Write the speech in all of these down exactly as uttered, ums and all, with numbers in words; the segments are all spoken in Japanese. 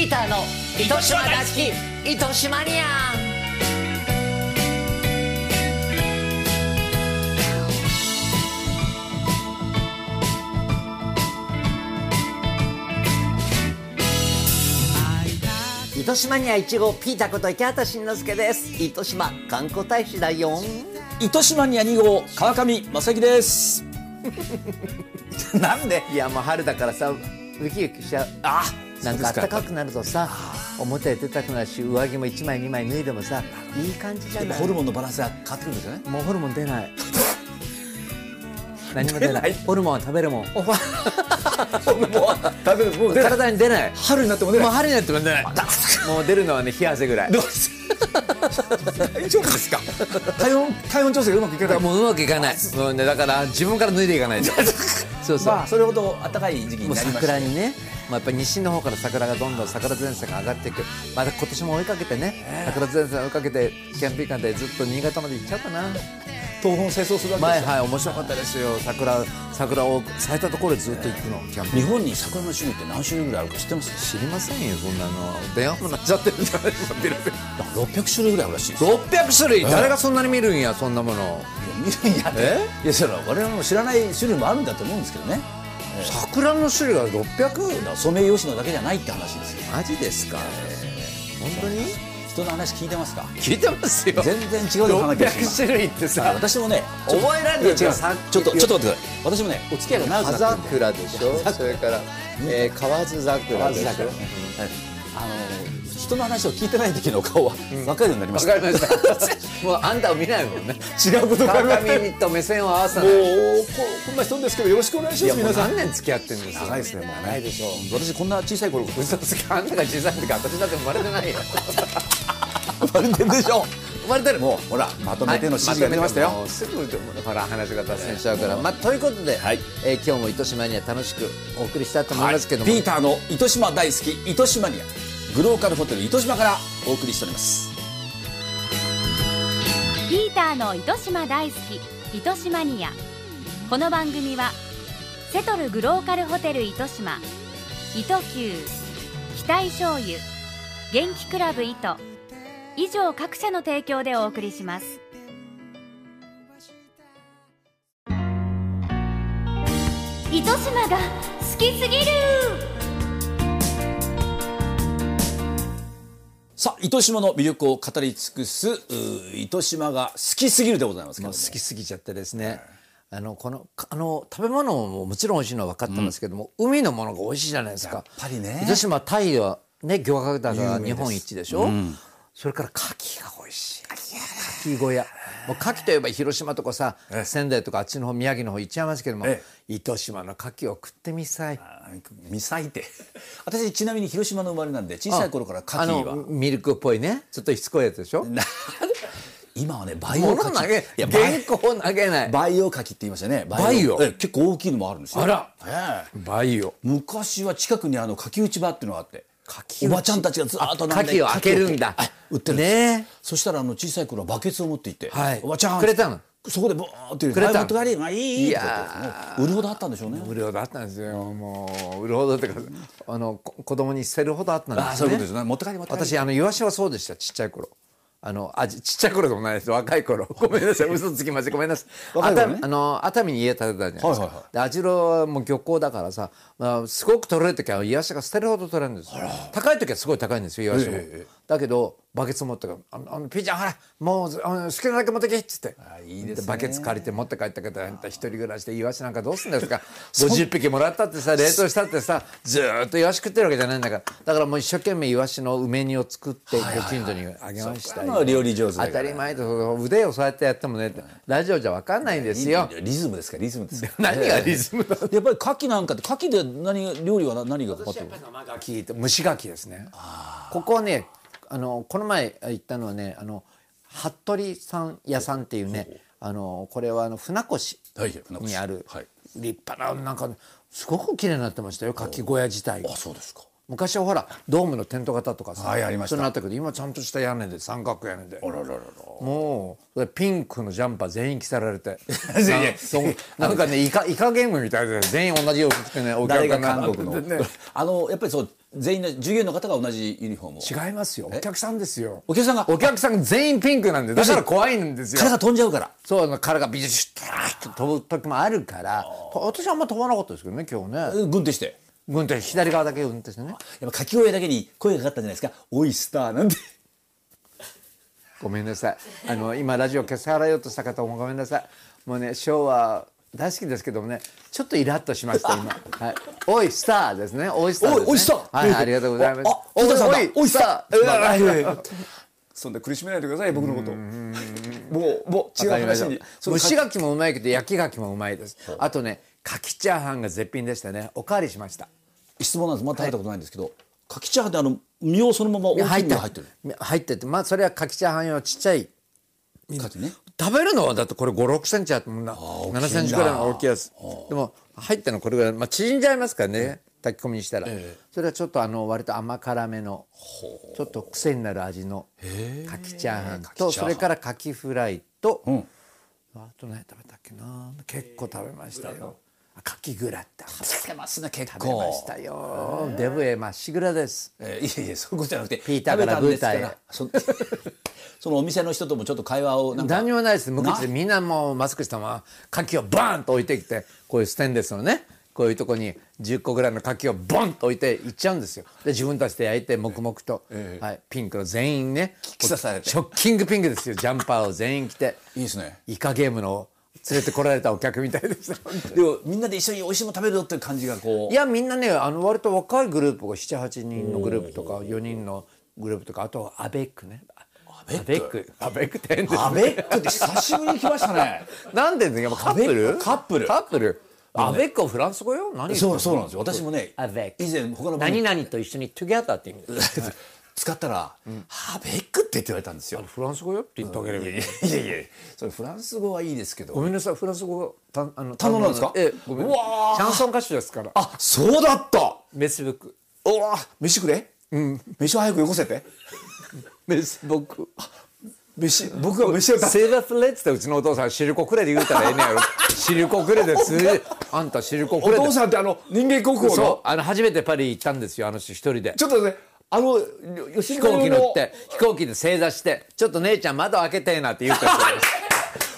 ーターの糸島大好き糸島ニアン。糸島にはいちごピーターこと池畑慎之介です。糸島観光大使だよ。 糸島にはに号川上正樹です。なんで？ いやもう春だからさウキウキしちゃう。 あ、 なんか暖かくなるとさ表へ出たくなるし、上着もいちまいにまい脱いでもさいい感じじゃない。 ホルモンのバランスが変わってくるんですよね。 もうホルモン出ない。何も出ない。ホルモンは食べるもん。ホルモンは食べるもう出ない。 体に出ない。 春になっても出ない。 もう春になっても出ない。もう出るのはね冷や汗ぐらい。 大丈夫ですか？体温体温調整がうまくいかない。 もううまくいかない。もうねだから自分から脱いでいかないと。そうそう。 まあそれほど暖かい時期になりました。 桜にね、まあやっぱり西の方から桜がどんどん桜前線が上がっていく。また今年も追いかけてね、桜前線追いかけてキャンピングカーでずっと新潟まで行っちゃうかな。 東本清掃するわけですよ。 前はい面白かったですよ。桜桜を咲いたところでずっと行くの。キャンプ。 日本に桜の種類って何種類ぐらいあるか知ってます？ 知りませんよそんなの。電話もなっちゃってるんじゃないですか。 ろっぴゃく種類ぐらいあるらしいです。 ろっぴゃく種類。誰がそんなに見るんやそんなもの。 見るんやって。いやそれは我々も知らない種類もあるんだと思うんですけどね。 桜の種類がろっぴゃく？ ソメイヨシノだけじゃないって話ですよ。 マジですか？本当に？ 人の話聞いてますか？ 聞いてますよ。 全然違うよ。 ろっぴゃく種類ってさ、 私もね覚えられない。違う。ちょっとちょっと待ってください。私もねお付き合いが長くなってるんで。 桜でしょ。それから河津桜でしょ。 あの人の話を聞いてない時の顔は分かるようになりました。 分かりました。もうあんたを見ないもんね。 違うことから川上と目線を合わせない。 もうこんな人ですけどよろしくお願いします。皆さん。 何年付き合ってるんですか？ 長いですね。もう長いでしょ。 私こんな小さい頃。 嘘つき。あんたが小さい時私だって生まれてないよ。 生まれてるでしょ。 生まれてる。 もうほらまとめての指示が出ましたよ。 すぐほら話が脱線しちゃうから。まあということで今日も糸島には楽しくお送りしたいと思いますけども、 ピーターの糸島大好き糸島ニアグローカルホテル糸島からお送りしております。 ピーターの糸島大好き糸島ニア。この番組はセトルグローカルホテル糸島、糸球、期待醤油、元気クラブ糸以上各社の提供でお送りします。糸島が好きすぎる。 さあ糸島の魅力を語り尽くす糸島が好きすぎるでございますけども、 好きすぎちゃってですね、あのこのあの食べ物ももちろん美味しいのは分かってますけども、うん、海のものが美味しいじゃないですか。 やっぱりね。 糸島タイはね漁獲高が日本一でしょ。うん、それから牡蠣が美味しい。牡蠣小屋。もう牡蠣といえば広島とかさ、仙台とかあっちの方宮城の方行っちゃいますけども、糸島の牡蠣を食ってみさい。 みさいって私ちなみに広島の生まれなんで小さい頃から牡蠣はミルクっぽいねちょっとしつこいやつでしょ。 今はね培養牡蠣、 いや原稿投げない培養牡蠣って言いましたね。 培養結構大きいのもあるんですよ。 あら培養。 昔は近くにあの牡蠣市場っていうのがあって、おばちゃんたちがずっと牡蠣を開けるんだ。 売ってるんです。そしたらあの小さい頃はバケツを持っていて、おばちゃんくれたの。 そこでボーンってくれたの。 持って帰りがいいって言って売るほどあったんでしょうね。 売るほどあったんですよ。もう売るほどってかあの子供に捨てるほどあったんですね。 そういうことですね。持って帰り持って帰り。 私あのイワシはそうでした。ちっちゃい頃。あのあちっちゃい頃でもないです。若い頃。ごめんなさい。嘘つきましてごめんなさい。熱海あの熱海に家建てたじゃないですか。で網代はもう漁港だからさ、まあ、すごく取れる時はイワシが捨てるほど取れるんですよ。高い時はすごい高いんですよイワシも。だけどバケツ持ってかあのピーちゃんほらもうあの好きなだけ持ってけっつって。 いいですね。 バケツ借りて持って帰ったけどあんた一人暮らしでイワシなんかどうすんですか。ごじゅっぴきもらったってさ冷凍したってさずーっとイワシ食ってるわけじゃないんだから。だからもう一生懸命イワシの梅煮を作ってご近所にあげました。 料理上手だから当たり前と腕をそうやってやってもねラジオじゃ分かんないんですよ。 リズムですかリズムですか。 何がリズムだ。 やっぱり牡蠣なんかって牡蠣で何料理は何がかかってるの？ 生牡蠣と蒸し牡蠣ですね。ここはねあのこの前行ったのはねあの服部さん屋さんっていうねあのこれはあの船越にある立派ななんかすごく綺麗になってましたよ牡蠣小屋自体が。 あそうですか。 昔はほらドームのテント型とかさ、 はい、ありました。 それなったけど今ちゃんとした屋根で三角屋根で、 あららららもうピンクのジャンパー全員着せられてな, なんかねイカイカゲームみたいで全員同じ洋服着てねお客誰が韓国の、ね、あのやっぱりそう全員の従業員の方が同じユニフォームを。 違いますよ、お客さんですよ。 お客さんがお客さん全員ピンクなんで、だから怖いんですよ。 殻が飛んじゃうから。 そう、殻がビシッと飛ぶ時もあるから、私はあんま飛ばなかったですけどね今日ね。 軍手して軍手左側だけ運転してね。 やっぱ掛け声だけに声がかかったんじゃないですか。オイスターなんて。 ごめんなさい、あの今ラジオ消さ払ようとした方もごめんなさい。もうね昭和大好きですけどもね、ちょっとイラッとしました今。はい、オイスターですね。オイスターですね。 オイスター。 はい、ありがとうございます。 あ、おいオイスター。 そんな苦しめないでください僕のこと。もうもう違う話に。 蒸し牡蠣もうまいけど焼き牡蠣もうまいです。あとね牡蠣チャーハンが絶品でしたね。おかわりしました。 質問なんです。まだ食べたことないんですけど、牡蠣チャーハンってあの身をそのまま大きい身が入ってる。 入ってて、まあそれは牡蠣チャーハン用ちっちゃい牡蠣ね。 食べるのはだってこれごろくセンチあってもなななセンチぐらいの大きいやつ。でも入ってるのこれぐらい、まあ縮んじゃいますからね、炊き込みにしたら。それはちょっとあの割と甘辛めのちょっと癖になる味の牡蠣チャーハンと、それから牡蠣フライと、あと何食べたっけな、結構食べましたよ。牡蠣グラタン食べてますね。結構食べましたよ。デブエまっしぐらです。 いやいやそういうことじゃなくて、 ピーターからブータへ。 そのお店の人ともちょっと会話をなんか何にもないです。無口でみんなもうマスクしたまま牡蠣をバーンと置いてきて、こういうステンレスのねこういうとこにじゅっこぐらいの牡蠣をボンと置いていっちゃうんですよ。で自分たちで焼いて黙々と、はい、ピンクの全員ね着さされてショッキングピンクですよ。ジャンパーを全員着ていいですね。 イカゲームの連れてこられたお客みたいでした。 でもみんなで一緒に美味しいもの食べるよっていう感じがこう。 いやみんなねあの割と若いグループがななはちにんのグループとかよにんのグループとか、あとはアベックね。アベックアベックって変ですね。 アベックって久しぶりに来ましたね。 なんでですか。カップルカップルカップルアベックはフランス語よ。何そうそうなんですよ。私もねアベック以前他の何々と一緒に together って意味です。 使ったらアベックって言われたんですよ。 フランス語よって言ってあげればいい。 いやいやそれフランス語はいいですけど。 ごめんなさい、フランス語たあの堪能なんですか。 ええ、ごめん。シャンソン歌手ですから。 あ、そうだった。 メスブック。 おわ、飯くれ。うん。飯を早くよこせて。 メスブック。 飯、僕が飯を食べ。 セーラーフレッツってうちのお父さんシルコくれで言うたらええねやろ。シルコくれです。あんたシルコくれ。 お父さんってあの人間国宝の。 そう、あの初めてパリ行ったんですよ、あの人一人で。 ちょっとね。あの飛行機乗って飛行機で正座してちょっと姉ちゃん窓開けてなって言った人です。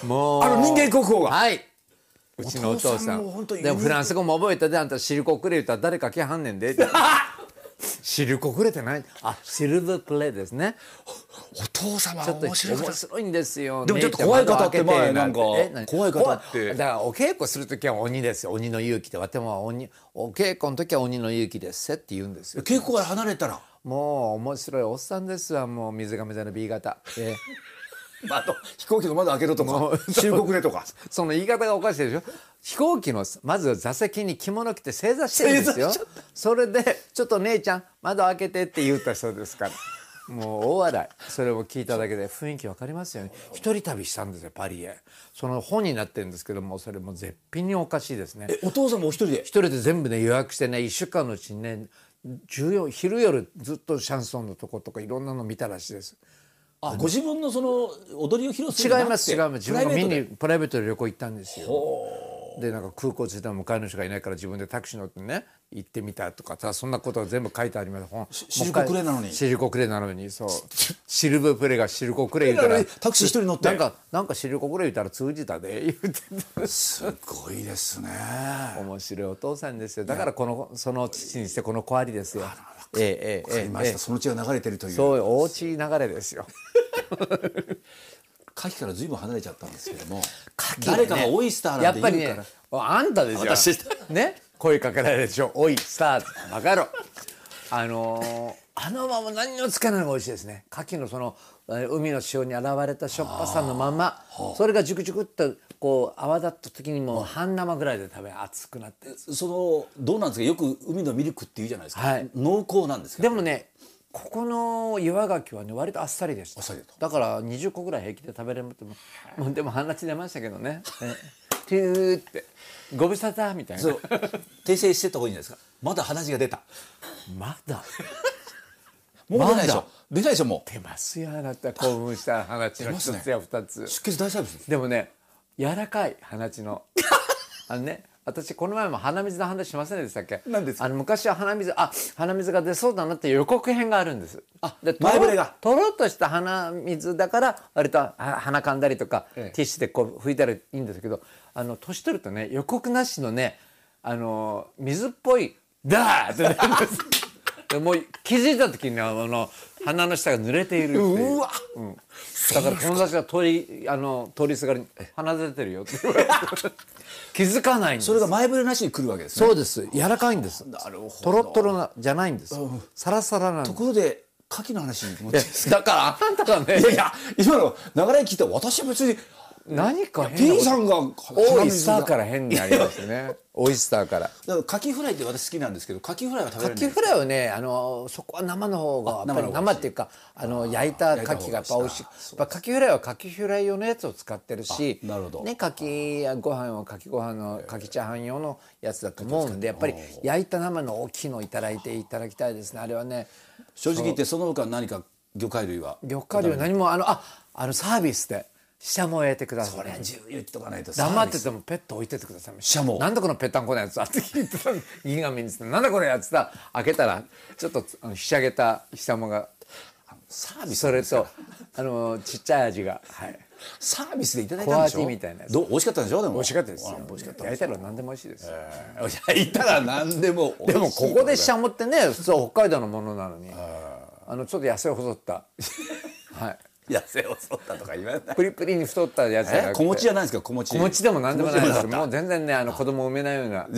もうあの人間国宝が。 はい。うちのお父さん。でもフランス語も覚えたで、あんたシルコくれ言ったら誰か来はんねんで。シルコくれてない。あ、シルブプレですね。 お父様ちょっと面白白いんですよ。 でもちょっと怖い方って前なんか怖い方ってだからお稽古するときは鬼ですよ。鬼の勇気で、わても鬼お稽古の時は鬼の勇気ですって言うんですよ。 稽古から離れたらもう面白いおっさんですわ。もう水亀座の ビー 型、えー、窓飛行機の窓開けろとか中国でとかその言い方がおかしいでしょ。飛行機のまず座席に着物着て正座してるんですよ。それでちょっと姉ちゃん窓開けてって言った人ですからもう大笑い。それを聞いただけで雰囲気わかりますよね。一人旅したんですよパリへ。その本になってるんですけども、それも絶品におかしいですね。 えお父さんもお一人で一人で全部ね予約してね、いっしゅうかんのうちにねじゅうよん昼夜ずっとシャンソンのとことかいろんなの見たらしいです。 あ、ご自分のその踊りを披露する。 違います違います。自分が見にプライベートで旅行行ったんですよ。でなんか空港着いたら向かいの人がいないから自分でタクシー乗ってね行ってみたとか、ただそんなことが全部書いてあります。本シルコクレなのにシルコクレなのにそうシルブプレがシルコクレ言うたらタクシー一人乗ってなんかなんかシルコクレ言うたら通じたで言うてた。 すごいですね。 面白いお父さんですよ。だからこのその父にしてこの子ありですよ。ええええええええ、 その血が流れてるという。 そうおうち流れですよ。 牡蠣からずいぶん離れちゃったんですけども、 牡蠣、ね、 誰かがオイスターなんて言うからやっぱり、ね、 あんたですよ。私ね声かけられるでしょ。オイスターバカ野郎。あのー、あのまま何をつけないのが美味しいですね。牡蠣のその海の潮に現れたしょっぱさのまま、それがジュクジュクっとこう泡立った時にもう半生ぐらいで食べ熱くなって、 そのどうなんですか。よく海のミルクって言うじゃないですか、はい、濃厚なんですけど。でもねここの岩牡蠣はね割とあっさりでした。だからにじゅっこぐらい平気で食べれる。もうでも鼻血出ましたけどね。トゥーってご無沙汰みたいな。そう訂正してた方がいいんじゃないですか。まだ鼻血が出た。 まだもう出ないでしょ。出ないでしょ。もう出ますよ。あなた興奮した鼻血の一つや二つ。 出血大丈夫です。 でもね柔らかい鼻血のあのね私この前も鼻水の話しませんでしたっけ？ 何ですか？ あの昔は鼻水あ鼻水が出そうだなって予告編があるんです。 あで前触れがとろっとした鼻水だから割とあ鼻かんだりとか、 ええ、 ティッシュでこう拭いたらいいんですけど、あの年取るとね予告なしのねあの水っぽいダーって出るんですでもう気づいた時にあの鼻の下が濡れているっていう。 うわ、 うん、だから友達が通りあの通りすがりに鼻出てるよって言われて気づかないんです。 それが前触れなしに来るわけですね。 そうです。柔らかいんです。 なるほど。 トロットロなじゃないんです。サラサラなんです。 ところで牡蠣の話に持ってだからあんたがね、 いやいや今の流れ聞いたら私は別に何か変な P さんがオイスターから変になりますね。オイスターから。 だからカキフライって私好きなんですけど、カキフライは食べられない。 カキフライはね、あのそこは生の方がやっぱり生っていうかあの焼いたカキがやっぱ美味しい。やっぱカキフライはカキフライ用のやつを使ってるし、 なるほど。 ねカキご飯をカキご飯のカキチャーハン用のやつだと思うんで、やっぱり焼いた生の大きいのをいただいていただきたいですね。あれはね。 正直言ってその他何か魚介類は魚介類は何もあのああのサービスで。シャモを焼いてください。 それは自由言っとかないと。 黙っててもペット置いててください。 シャモ。 なんだこのぺったんこなやつあって言ってた銀紙にしてなんだこれやつだ開けたらちょっとあのひしゃげたシャモがサービスそれとあのちっちゃい味がはいサービスでいただいたんでしょ。 コアティみたいなやつ。 どう美味しかったんでしょ。でも美味しかったですよ。 美味しかった。 焼いたら何でも美味しいです。 焼いたら何でもでもここでシャモってね普通は北海道のものなのにあのちょっと痩せ細ったはい痩せ細ったとか言わない。 プリプリに太ったやつじゃなくて小餅じゃないですか。小餅小餅でも何でもないです。もう全然ねあの子供産めないような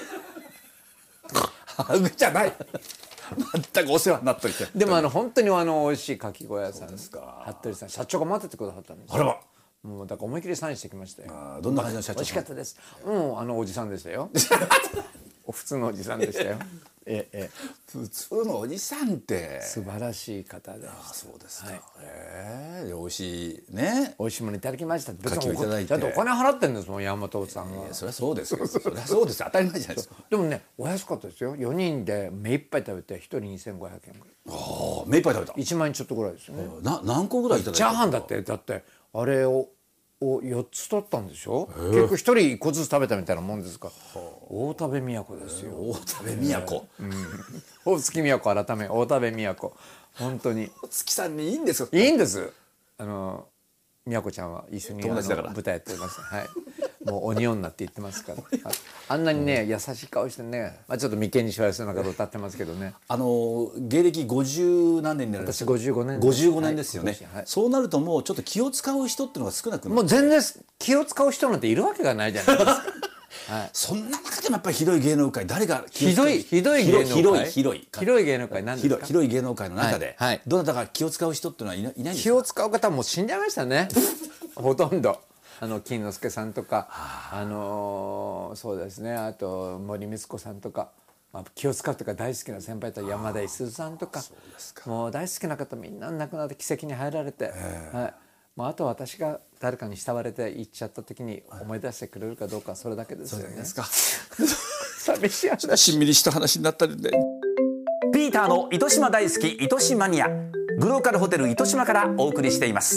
ハグじゃない全くお世話になっといて。 でもあの本当にあの美味しいかき小屋さんですか。服部さん社長が待っててくださったんですよ。 あらばもうだから思い切りサインしてきましたよ。 どんな感じの社長。 美味しかったです。もうあのおじさんでしたよ普通のおじさんでしたよええ、 普通のおじさんって素晴らしい方で。 あそうですか。ええ美味しいね。 美味しいものいただきました。 牡蠣をいただいてちゃんとお金払ってんですもん山本さんが。 そりゃそうですよ。そりゃそうです。当たり前じゃないですか。 でもねお安かったですよ。よにんで目いっぱい食べてひとりにせんごひゃくえんぐらい。 ああ目いっぱい食べた。 いちまんえんちょっとぐらいですよね。 な何個ぐらいいただいた。 チャーハンだってだってあれををよっつ取ったんでしょ。結局一人いっこずつ食べたみたいなもんですから。大田部都ですよ。 大田部都。 大月都改め大田部都本当に。 大月さんにいいんですよ。 いいんです。あの都ちゃんは一緒に友達だから舞台やってます。はい。もう鬼女って言ってますから。あんなにね優しい顔してね、まあちょっと眉間にしわ寄せながら歌ってますけどね。 あの芸歴ごじゅうなんねんになるんですよ。 私ごじゅうごねん。 ごじゅうごねんですよね。 はい、 そうなるともうちょっと気を使う人っていうのが少なくなる。 もう全然気を使う人なんているわけがないじゃないですか。はい、 そんな中でもやっぱりひどい芸能界誰がひどいひどい芸能界広い広い広い芸能界なんですか。 広い芸能界の中で、 はいはい、 どなたか気を使う人っていうのはいない、いないんですか。 気を使う方はもう死んじゃいましたねほとんど。あの金之助さんとかあのー、そうですねあと森光子さんとか、まあ、気を使うとか大好きな先輩と山田五十さんとかもう大好きな方みんな亡くなって奇跡に入られて、はいまあ、あと私が誰かに慕われて行っちゃった時に思い出してくれるかどうかそれだけですよね。そうですか寂しい話。 しんみりした話になったりで。 ピーターの糸島大好き糸島マニアグローカルホテル糸島からお送りしています。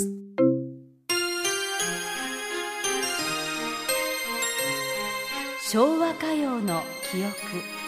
昭和歌謡の記憶。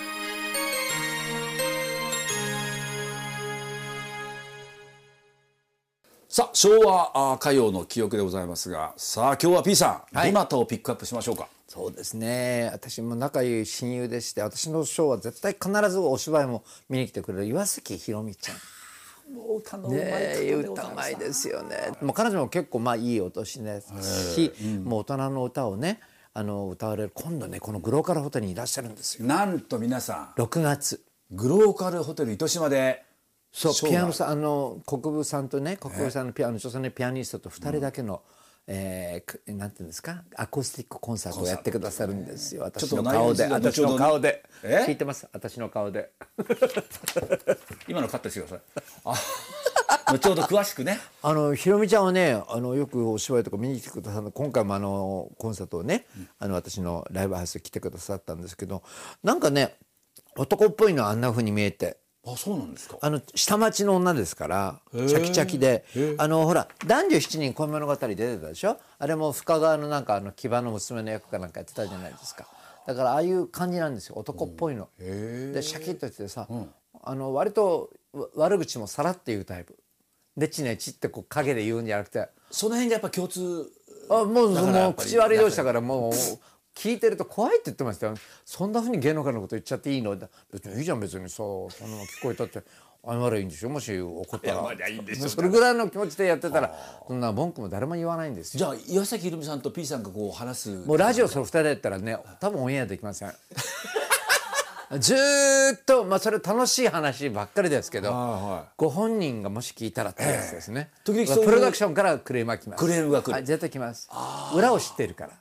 さあ昭和歌謡の記憶でございますが、さあ今日は P さん、はい、どなたをピックアップしましょうか。 そうですね私も仲いい親友でして、私のショーは絶対必ずお芝居も見に来てくれる岩崎宏美ちゃん。 もう歌のうまい方で歌うまいですよね。もう彼女も結構まあいいお年ですし、うん、もう大人の歌をねあの歌われる。今度ねこのグローカルホテルにいらっしゃるんですよ。 なんと皆さんろくがつグローカルホテル糸島でそうピアノさんあの国分さんとね国分さんのピアノ女性のピアニストとふたりだけの、うんえー、なんていうんですかアコースティックコンサートをやってくださるんですよ。私の顔で私の顔で聞いてます。私の顔で今のカットしてください。あ後ほど詳しくね。 あのひろみちゃんはねあのよくお芝居とか見に来てくださる。今回もあのコンサートをね、うん、あの私のライブハウスに来てくださったんですけど、なんかね男っぽいのはあんな風に見えて。 あそうなんですか。 あの下町の女ですからチャキチャキであのほら男女七人恋物語出てたでしょ。あれも深川のなんかあの騎馬の娘の役かなんかやってたじゃないですか。 だからああいう感じなんですよ、男っぽいの。でシャキッとしてさ、あの割と悪口もさらって言うタイプ。でちねちってこう陰で言うんじゃなくて、 その辺がやっぱ共通。 あもうもう口悪い同士だからもう聞いてると怖いって言ってましたよ。そんなふうに芸能界のこと言っちゃっていいの？別にいいじゃん、別にさそんなの聞こえたって謝ればいいんでしょ、もし怒ったら。 謝りゃいいんでしょ。 それぐらいの気持ちでやってたらそんな文句も誰も言わないんですよ。 じゃあ岩崎宏美さんと P さんがこう話す、 もうラジオそのふたりでやったらね多分オンエアできません。ずーっとまあそれ楽しい話ばっかりですけど、はい、ご本人がもし聞いたらってやつですね、えー、時々そういうプロダクションからクレームが来ます。 クレームが来る、 はい、絶対来ます。裏を知ってるから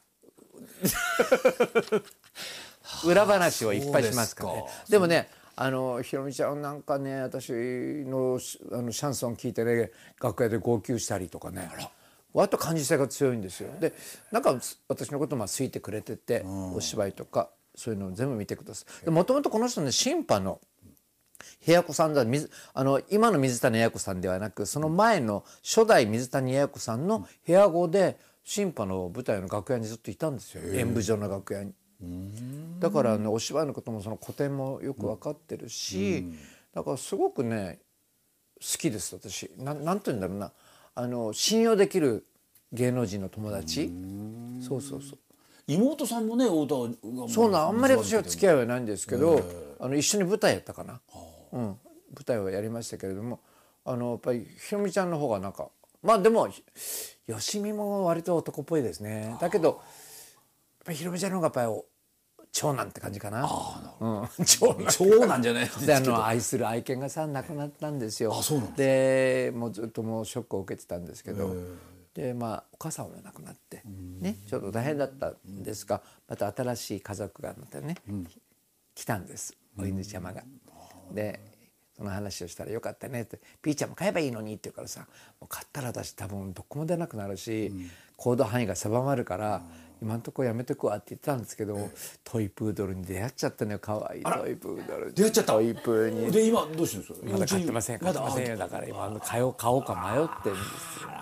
裏話をいっぱいしますからね。で, でもねあのひろみちゃんなんかね私 の, あのシャンソン聞いてね楽屋で号泣したりとかね割と感受性が強いんですよ。でなんか私のことも好いてくれてて、うん、お芝居とかそういうのを全部見てください。もともとこの人ね新派の部屋子さんだあの今の水谷綾子さんではなくその前の初代水谷綾子さんの部屋子で新派の舞台の楽屋にずっといたんですよ、演舞場の楽屋に。だからねお芝居のこともその古典もよく分かってるし、だからすごくね好きです私。ななんて言うんだろうな、あの信用できる芸能人の友達。そうそうそう。 妹さんもねお歌がそうなあんまり私は付き合いはないんですけど、あの一緒に舞台やったかな、うん、舞台をやりましたけれども、あのやっぱりひろみちゃんの方がなんかまあでもよしみも割と男っぽいですね。だけどやっぱりひろみちゃんの方がやっぱり長男って感じかな。あうん、長男長男じゃないですけどであの愛する愛犬がさ亡くなったんですよ。 あそうなんでもうずっともうショックを受けてたんですけど、でまあお母さんも亡くなってねちょっと大変だったんですが、また新しい家族がまたね、うん、来たんですお犬ちゃまが。でその話をしたらよかったねって「ピーちゃんも飼えばいいのに」って言うからさ、もう飼ったら私多分どこも出なくなるし、うん、行動範囲が狭まるから、うん、今んとこやめとくわって言ってたんですけど、ええ、トイプードルに出会っちゃったのよ。かわいいトイプードル出会っちゃった。 トイプーにで今どうしてるんですか。 まだ飼ってません飼ってませんよ。だから今買おう買おうか迷ってるんですよ。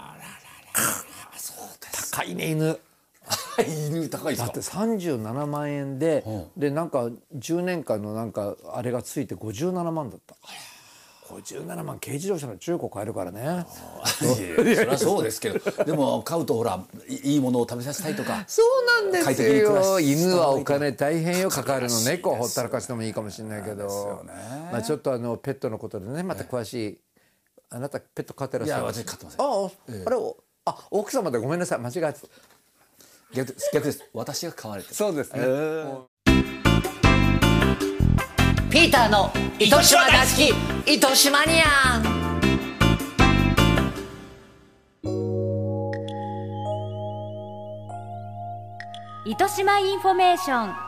高いね犬犬高いですか。 だってさんじゅうななまんえんで、うん、でなんかじゅうねんかんのなんかあれがついてごじゅうななまんだった。ごじゅうななまん軽自動車の中古買えるからね。 そりゃそうですけどでも買うとほらいいものを食べさせたいとか。 そうなんですよ。犬はお金大変よかかるの。猫をほったらかしてもいいかもしれないけど、ね、まあちょっとあのペットのことでねまた詳しい、ええ、あなたペット飼ってらっしゃる。 いや私飼ってません。 あ、ええ、あれあ奥様でごめんなさい間違えてた。 逆, 逆です。私が飼われてる。 そうですね、えー、 ピーターの糸島大好き糸島ニアン。 糸島インフォメーション。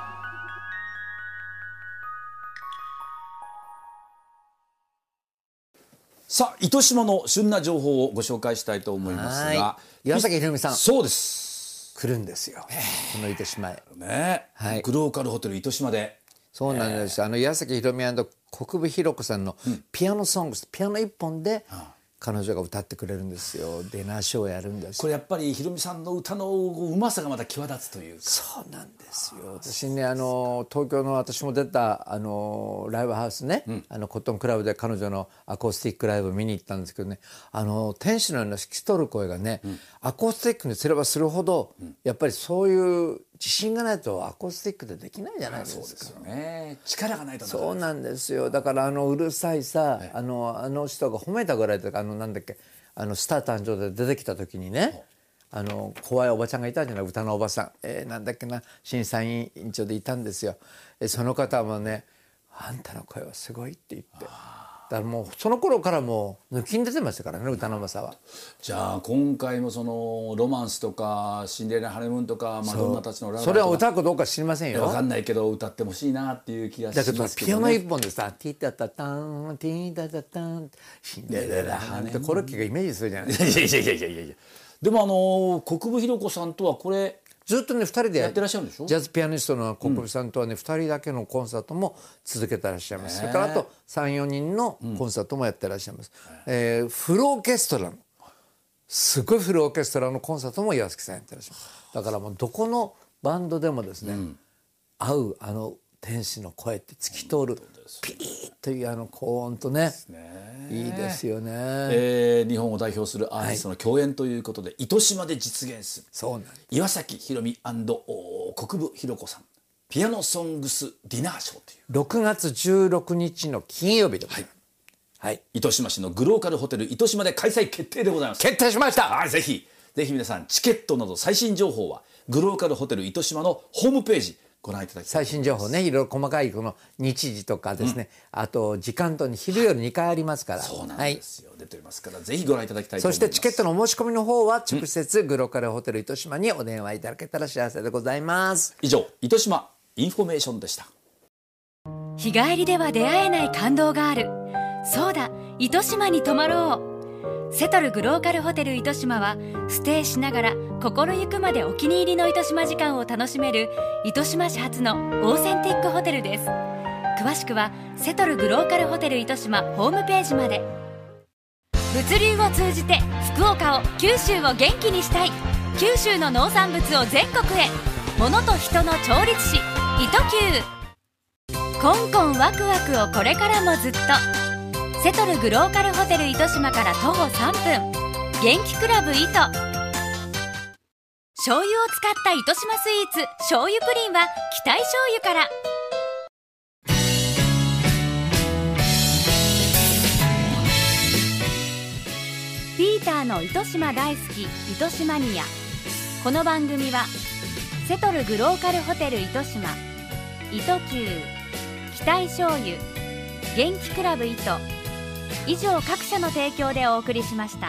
さあ糸島の旬な情報をご紹介したいと思いますが、 岩崎宏美さんそうです来るんですよこの糸島へね、はい、グローカルホテル糸島で。 そうなんです、えー、あの岩崎宏美&国分弘子さんのピアノソングス、うん、ピアノ一本で彼女が歌ってくれるんですよ。ディナーショーをやるんです。 これやっぱり宏美さんの歌のうまさがまた際立つというか。 そうなんですよ。私ねあの東京の私も出たあのライブハウスね、うん、あのコットンクラブで彼女のアコースティックライブ見に行ったんですけどね、あの天使のような透き通る声がね、うん、アコースティックにすればするほど、うん、やっぱりそういう自信がないとアコースティックでできないじゃないですか。 そうですよね。力がないと。 そうなんですよ。だからあのうるさいさ、はい、あのあの人が褒めたぐらいであのなんだっけあのスター誕生で出てきた時にね、あの怖いおばちゃんがいたんじゃない、歌のおばさん、えー、なんだっけな審査員委員長でいたんですよ。えその方もねあんたの声はすごいって言って。だからもうその頃からもう抜きん出てましたからね歌のうまさは。 じゃあ今回もそのロマンスとかシンデレラハネムーンとかマドンナたちのララそれは歌うかどうか知りませんよ。 分かんないけど歌ってほしいなっていう気がしますけどね。だけどピアノ一本でさティタタタンティタタタンシンデレラハネムーンってコロッケがイメージするじゃないですか。 いやいやいやいやいやいや。でもあの国分弘子さんとはこれずっとねふたりでやってらっしゃるんでしょ。 ジャズピアニストの国分さんとはね、うん、ふたりだけのコンサートも続けてらっしゃいます。それからあと さん,よ 人のコンサートもやってらっしゃいます、うんえー、フルオーケストラのすごいフルオーケストラのコンサートも岩崎さんやってらっしゃいます。だからもうどこのバンドでもですね、うん、 合うあの天使の声って透き通るピーッというあの高音とね、いいですよね、 えー、日本を代表するアーティストの共演ということで、はい、糸島で実現するそうなんです岩崎宏美&国分弘子さんピアノソングスディナーショーというろくがつじゅうろくにちの金曜日でございます、はいはい、 糸島市のグローカルホテル糸島で開催決定でございます。 決定しました。 はい、ぜひぜひ皆さんチケットなど最新情報はグローカルホテル糸島のホームページご覧いただきたい。 最新情報ね、いろいろ細かいこの日時とかですね、うん、あと時間と昼夜にかいありますから、 そうなんですよ、はい、出てますからぜひご覧いただきたいと思います。 そしてチケットのお申し込みの方は直接グローカルホテル糸島にお電話いただけたら幸せでございます。 以上、糸島インフォメーションでした。 日帰りでは出会えない感動がある。そうだ、糸島に泊まろう。セトルグローカルホテル糸島はステイしながら心ゆくまでお気に入りの糸島時間を楽しめる糸島市発のオーセンティックホテルです。詳しくはセトルグローカルホテル糸島ホームページまで。物流を通じて福岡を九州を元気にしたい。九州の農産物を全国へ。物と人の調律師糸球。コンコンワクワクをこれからもずっと。セトルグローカルホテル糸島から徒歩さんぷん、元気クラブ糸。醤油を使った糸島スイーツ醤油プリンは期待醤油から。ピーターの糸島大好き糸島ニア。この番組はセトルグローカルホテル糸島、糸球、期待醤油、元気クラブ糸以上各社の提供でお送りしました。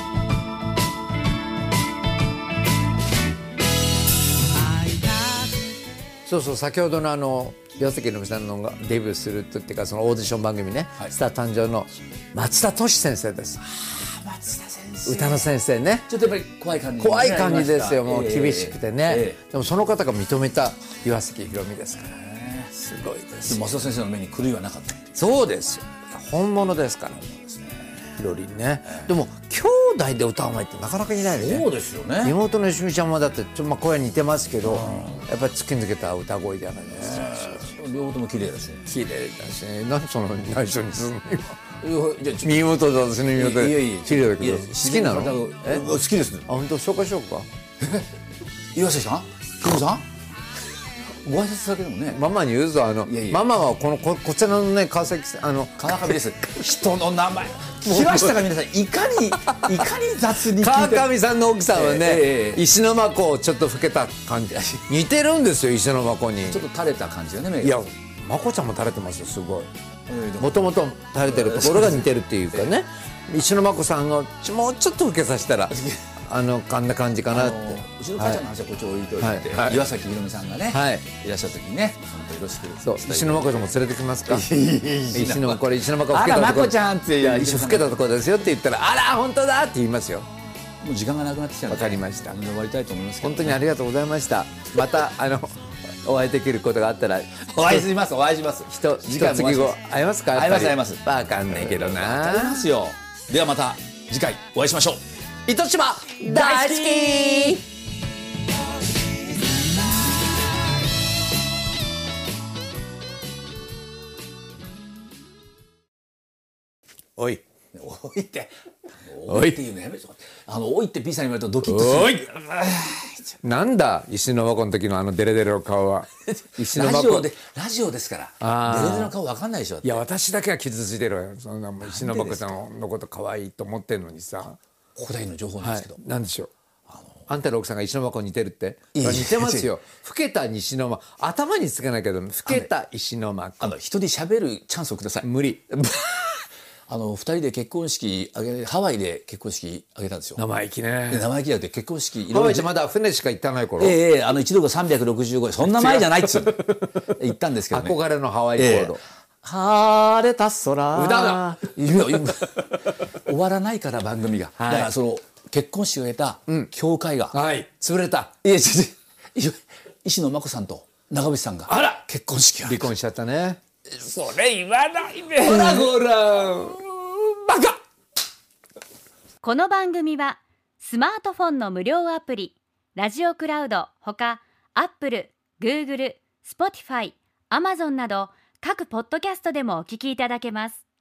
そうそう、先ほどのあの岩崎宏美さんのがデビューするっていうか、そのオーディション番組ね、はい、スター誕生の松田俊先生です。 松田先生、 歌の先生ね。 ちょっとやっぱり怖い感じ、ね、 怖い感じですよ。もう厳しくてね、 えー、 でもその方が認めた岩崎宏美ですから、ね、すごいです。 松田先生の目に狂いはなかった。 そうですよ、本物ですから。ひろりんね、えー、でも兄弟で歌うまいってなかなかいないね。 そうですよね。 妹のよしみちゃんもだってちょっとまあ声似てますけど、やっぱり突き抜けた歌声じゃないですか、 えー、両方とも綺麗だし、 綺麗だし、ね、何その内緒にするの今。身元だ、私の身元で綺麗だけど好きなの？ え、好きですね。 あ、本当？紹介しようか。 岩瀬さん、ひろさん、ご挨拶だけでもね。 ママに言うぞ、あのいやいや、ママはこの こ, こちらのね、川崎あの川上です。人の名前聞きましたか皆さん。いかにいかに雑に聞いて。 川上さんの奥さんはね、えーえー、石巻をちょっと老けた感じ、似てるんですよ、石巻に。 ちょっと垂れた感じよね、目が。 いや、まこちゃんも垂れてますよ、すごい。もともと垂れてるところが似てるっていうかね、石巻さんがもうちょっと老けさせたらあのあんな感じかなって。 うちの母ちゃんの話はこっち置いといて、はいはい、岩崎宏美さんがね、はい、いらっしゃる時にね、本当よろしく。 そう、石巻さんも連れてきますか。石巻、これ石巻を老けたところ、あらまこちゃんって、 いや、老けたところですよって言ったら、あら本当だって言いますよ。 もう時間がなくなってきたので、 わかりました。 終わりたいと思いますけど、ね、 本当にありがとうございました。またあのお会いできることがあったらお会いします、お会いします。 人次後会えますか？ 会えます、会えます。 わかんないけどな。 会えますよ。ではまた次回お会いしましょう。 糸島大好き。おいおいっておいっていうのやめて。あのおいって P さんに言われるとドキッとする。 おいなんだ石巻の時のあのデレデレの顔は。 石巻ラジオでラジオですからデレデレの顔わかんないでしょ。 いや、私だけは傷ついてるわよ。そんなもう石巻さんのこと可愛いと思ってるのにさ。 ここだけの情報なんですけど、 はい、なんでしょう。あのあんたの奥さんが石巻に似てるって。似てますよ。老けた石巻、頭につけないけど老けた石巻。 あの人に喋るチャンスをください。 無理。 あのふたりで結婚式あげハワイで結婚式あげたんですよ。 生意気ね。 生意気だって結婚式ハワイじゃまだ船しか行ってない頃。 ええー、あのいちドルさんびゃくろくじゅうごえん、そんな前じゃないっつう言ったんですけどね。 憧れのハワイコード。えー晴れた空。 歌だ。 終わらないから番組が。はい、だからその結婚式を終えた教会が、 うん、はい、潰れた。 いや石野真子さんと長渕さんがあら結婚式を離婚しちゃったね。 それ言わないで。 ほらほらバカ。 この番組はスマートフォンの無料アプリラジオクラウドほかアップル、グーグル、 Spotify、Amazon など各ポッドキャストでもお聞きいただけます。